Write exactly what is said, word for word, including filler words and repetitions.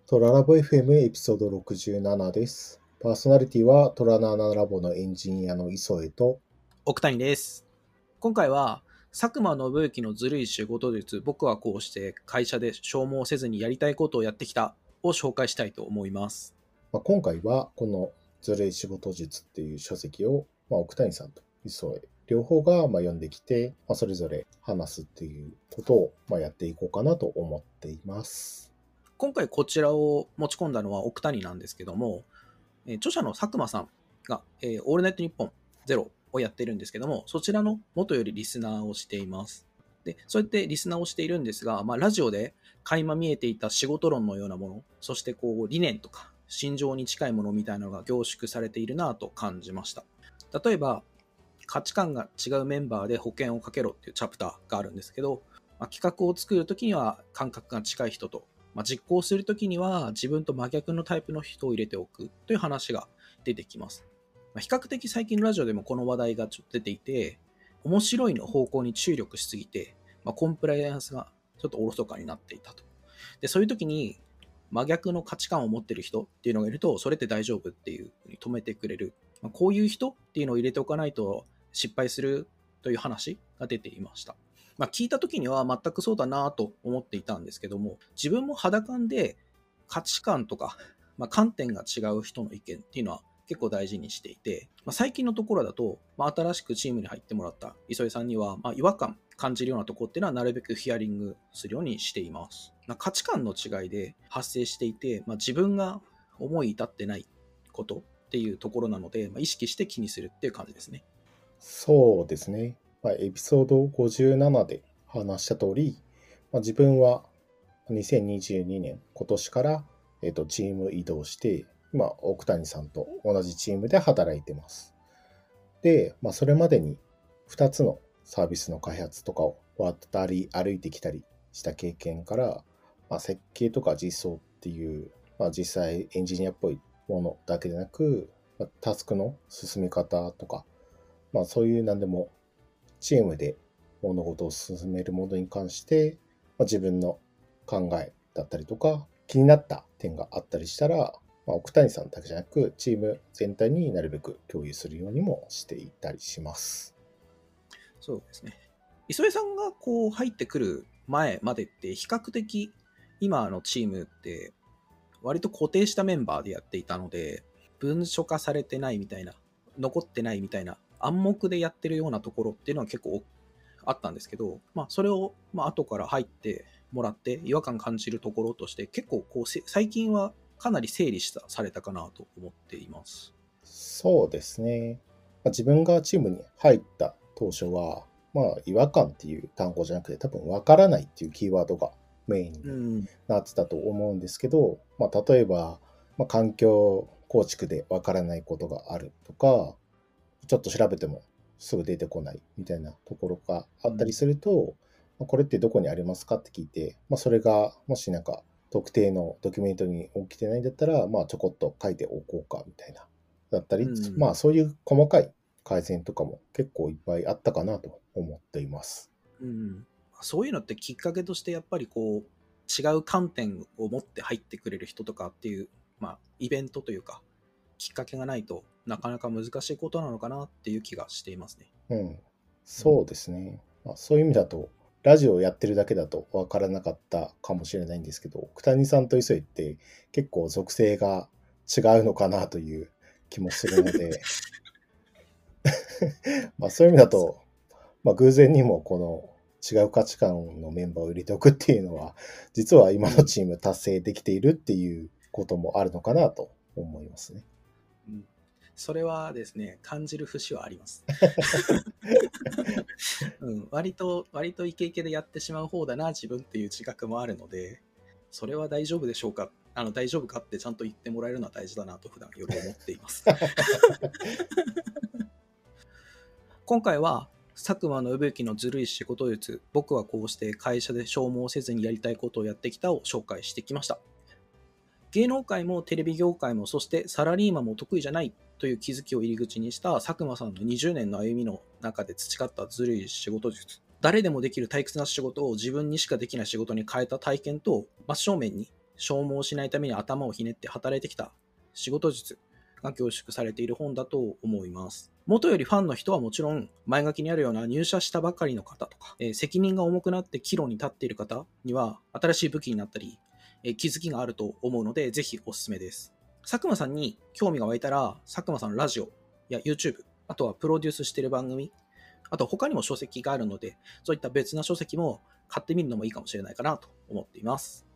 トララボ エフエム エピソードろくじゅうななです。パーソナリティはトラナナラボのエンジニアの磯江と奥谷です。今回は佐久間信之のずるい仕事術、僕はこうして会社で消耗せずにやりたいことをやってきたを紹介したいと思います。 まあ、今回はこのずるい仕事術っていう書籍を、まあ、奥谷さんと磯江両方がまあ読んできて、まあ、それぞれ話すっていうことをまあやっていこうかなと思っています。 今回こちらを持ち込んだのは奥谷なんですけども、えー著者の佐久間さんが、えーオールナイトニッポンゼロをやってるんですけども、そちらの元よりリスナーをしています。で、そうやってリスナーをしているんですが、まあ、ラジオで垣間見えていた仕事論のようなもの、そしてこう理念とか心情に近いものみたいなのが凝縮されているなと感じました。例えば、価値観が違うメンバーで保険をかけろっていうチャプターがあるんですけど、まあ、企画を作るときには感覚が近い人と、まあ、実行するときには自分と真逆のタイプの人を入れておくという話が出てきます。まあ、比較的最近のラジオでもこの話題がちょっと出ていて、面白いの方向に注力しすぎて、まあ、コンプライアンスがちょっとおろそかになっていたと。で、そういう時に真逆の価値観を持っている人っていうのがいると、それって大丈夫っていうふうに止めてくれる。まあ、こういう人っていうのを入れておかないと失敗するという話が出ていました。まあ、聞いた時には全くそうだなと思っていたんですけども、自分も肌感で価値観とか、まあ、観点が違う人の意見っていうのは結構大事にしていて、まあ、最近のところだと、まあ、新しくチームに入ってもらった磯江さんには、まあ、違和感感じるようなところっていうのはなるべくヒアリングするようにしています。まあ、価値観の違いで発生していて、まあ、自分が思い至ってないことっていうところなので、まあ、意識して気にするっていう感じですね。 そうですね。まあ、エピソードごじゅうななで話した通り、まあ、自分はにせんにじゅうにねん、今年から、えっと、チーム移動して、今、奥谷さんと同じチームで働いてます。で、まあ、それまでにふたつのサービスの開発とかを渡り歩いてきたりした経験から、まあ、設計とか実装っていう、まあ、実際エンジニアっぽいものだけでなく、まあタスクの進め方とか、まあ、そういう何でもチームで物事を進めるものに関して、まあ、自分の考えだったりとか、気になった点があったりしたら、まあ、奥谷さんだけじゃなく、チーム全体になるべく共有するようにもしていたりします。 そうですね。磯江さんがこう入ってくる前までって比較的今のチームって割と固定したメンバーでやっていたので、文書化されてないみたいな、残ってないみたいな、暗黙でやってるようなところっていうのは結構あったんですけど、まあ、それを、まあ、後から入ってもらって違和感感じるところとして、結構こう最近はかなり整理したされたかなと思っています。 そうですね。まあ、自分がチームに入った当初は、まあ、違和感っていう単語じゃなくて、多分、わからないっていうキーワードがメインにうん。 なってたと思うんですけど、まあ、例えば、まあ、環境構築でわからないことがあるとか、ちょっと調べてもすぐ出てこないみたいなところがあったりうん。 すると、まあこれってどこにありますかって聞いて、まあ、それがもしなんか特定のドキュメントに起きてないんだったら、まあ、ちょこっと書いておこうかみたいな。だったり、 うん。 まあそういう細かい改善とかも結構いっぱいあったかなと思っています。 うん。そういうのってきっかけとしてやっぱりこう違う観点を持って入ってくれる人とかっていう、まあ、イベントというかきっかけがないとなかなか難しいことなのかなっていう気がしていますね。 うん。 うん。 そうですね。まあ、そういう意味だと、ラジオをやってるだけだとわからなかったかもしれないんですけど、奥谷さんと磯井って結構属性が違うのかなという気もするので、まあそういう意味だと、まあ偶然にもこの違う価値観のメンバーを入れておくっていうのは、実は今うん。 のチーム達成できているっていうこともあるのかなと思いますね。 うん。それはですね、感じる節はあります。うん、割と、割とイケイケでやってしまう方だな、自分っていう自覚もあるので、それは大丈夫でしょうか、あの大丈夫かってちゃんと言ってもらえるのは大事だなと普段夜思っています。今回は佐久間信之のずるい仕事術、僕はこうして会社で消耗せずにやりたいことをやってきたを紹介してきました。芸能界もテレビ業界もそしてサラリーマンも得意じゃないという気づきを入り口にした佐久間さんのにじゅうねんの歩みの中で培ったずるい仕事術、誰でもできる退屈な仕事を自分にしかできない仕事に変えた体験と真正面に消耗しないために頭をひねって働いてきた仕事術が凝縮されている本だと思います。元よりファンの人はもちろん、前書きにあるような入社したばかりの方とか、えー責任が重くなって岐路に立っている方には、新しい武器になったり、えー気づきがあると思うので、ぜひおすすめです。佐久間さんに興味が湧いたら、佐久間さんのラジオや YouTube、あとはプロデュースしている番組、あと他にも書籍があるので、そういった別な書籍も買ってみるのもいいかもしれないかなと思っています。